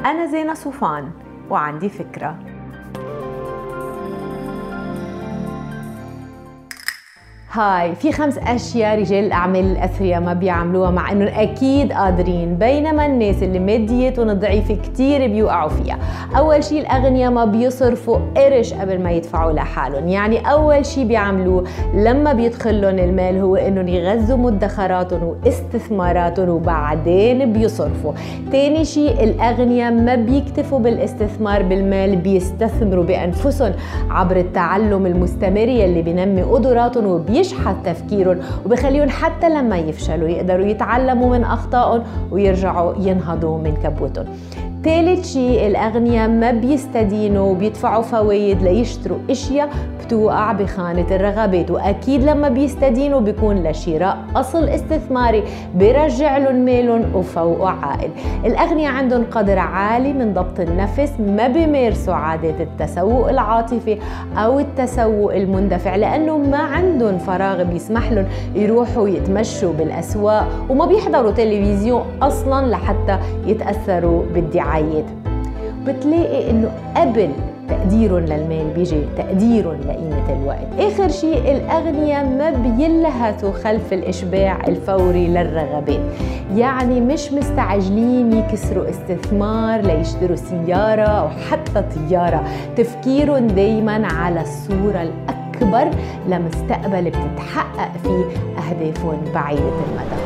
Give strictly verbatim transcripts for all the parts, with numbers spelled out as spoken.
أنا زينة صوفان وعندي فكرة. هاي في خمس أشياء رجال الأعمال الأثرياء ما بيعملوها مع إنهم أكيد قادرين، بينما الناس اللي ماديتهم ضعيفة كتير بيوقعوا فيها. أول شي الأغنياء ما بيصرفوا قرش قبل ما يدفعوا لحالهم، يعني أول شي بيعملوه لما بيدخلهم المال هو إنهم يغذوا مدخراتهم واستثماراتهم وبعدين بيصرفوا. تاني شي الأغنياء ما بيكتفوا بالاستثمار بالمال، بيستثمروا بأنفسهم عبر التعلم المستمر يلي بينمي قدراتهم وبيشحذ تفكيرهم وبخليهم حتى لما يفشلوا يقدروا يتعلموا من أخطائهم ويرجعوا ينهضوا من كبوتهم. ثالث شيء الأغنياء ما بيستدينوا وبيدفعوا فوايد ليشتروا اشياء بتوقع بخانة الرغبات، وأكيد لما بيستدينوا بيكون لشراء أصل استثماري بيرجع لهم مالهم وفوقه عائد. الأغنياء عندهم قدر عالي من ضبط النفس، ما بيمارسوا عادات التسوق العاطفي أو التسوق المندفع لأنه ما عندهم فراغ بيسمح لهم يروحوا يتمشوا بالأسواق، وما بيحضروا تلفزيون أصلا لحتى يتأثروا بالدعايات. بتلاقي إنه قبل تقديرهم للمال بيجي تقديرهم لقيمة الوقت. آخر شيء الأغنياء ما بيلهثوا خلف الإشباع الفوري للرغبات، يعني مش مستعجلين يكسروا استثمار ليشتروا سيارة أو حتى طيارة. تفكيرهم دايما على الصورة الأكبر لمستقبل بتتحقق فيه أهدافهم بعيدة المدى.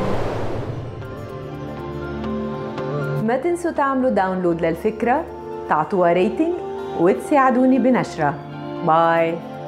ما تنسوا تعملوا داونلود للفكرة، تعطوها ريتنج وتساعدوني بنشرها. باي.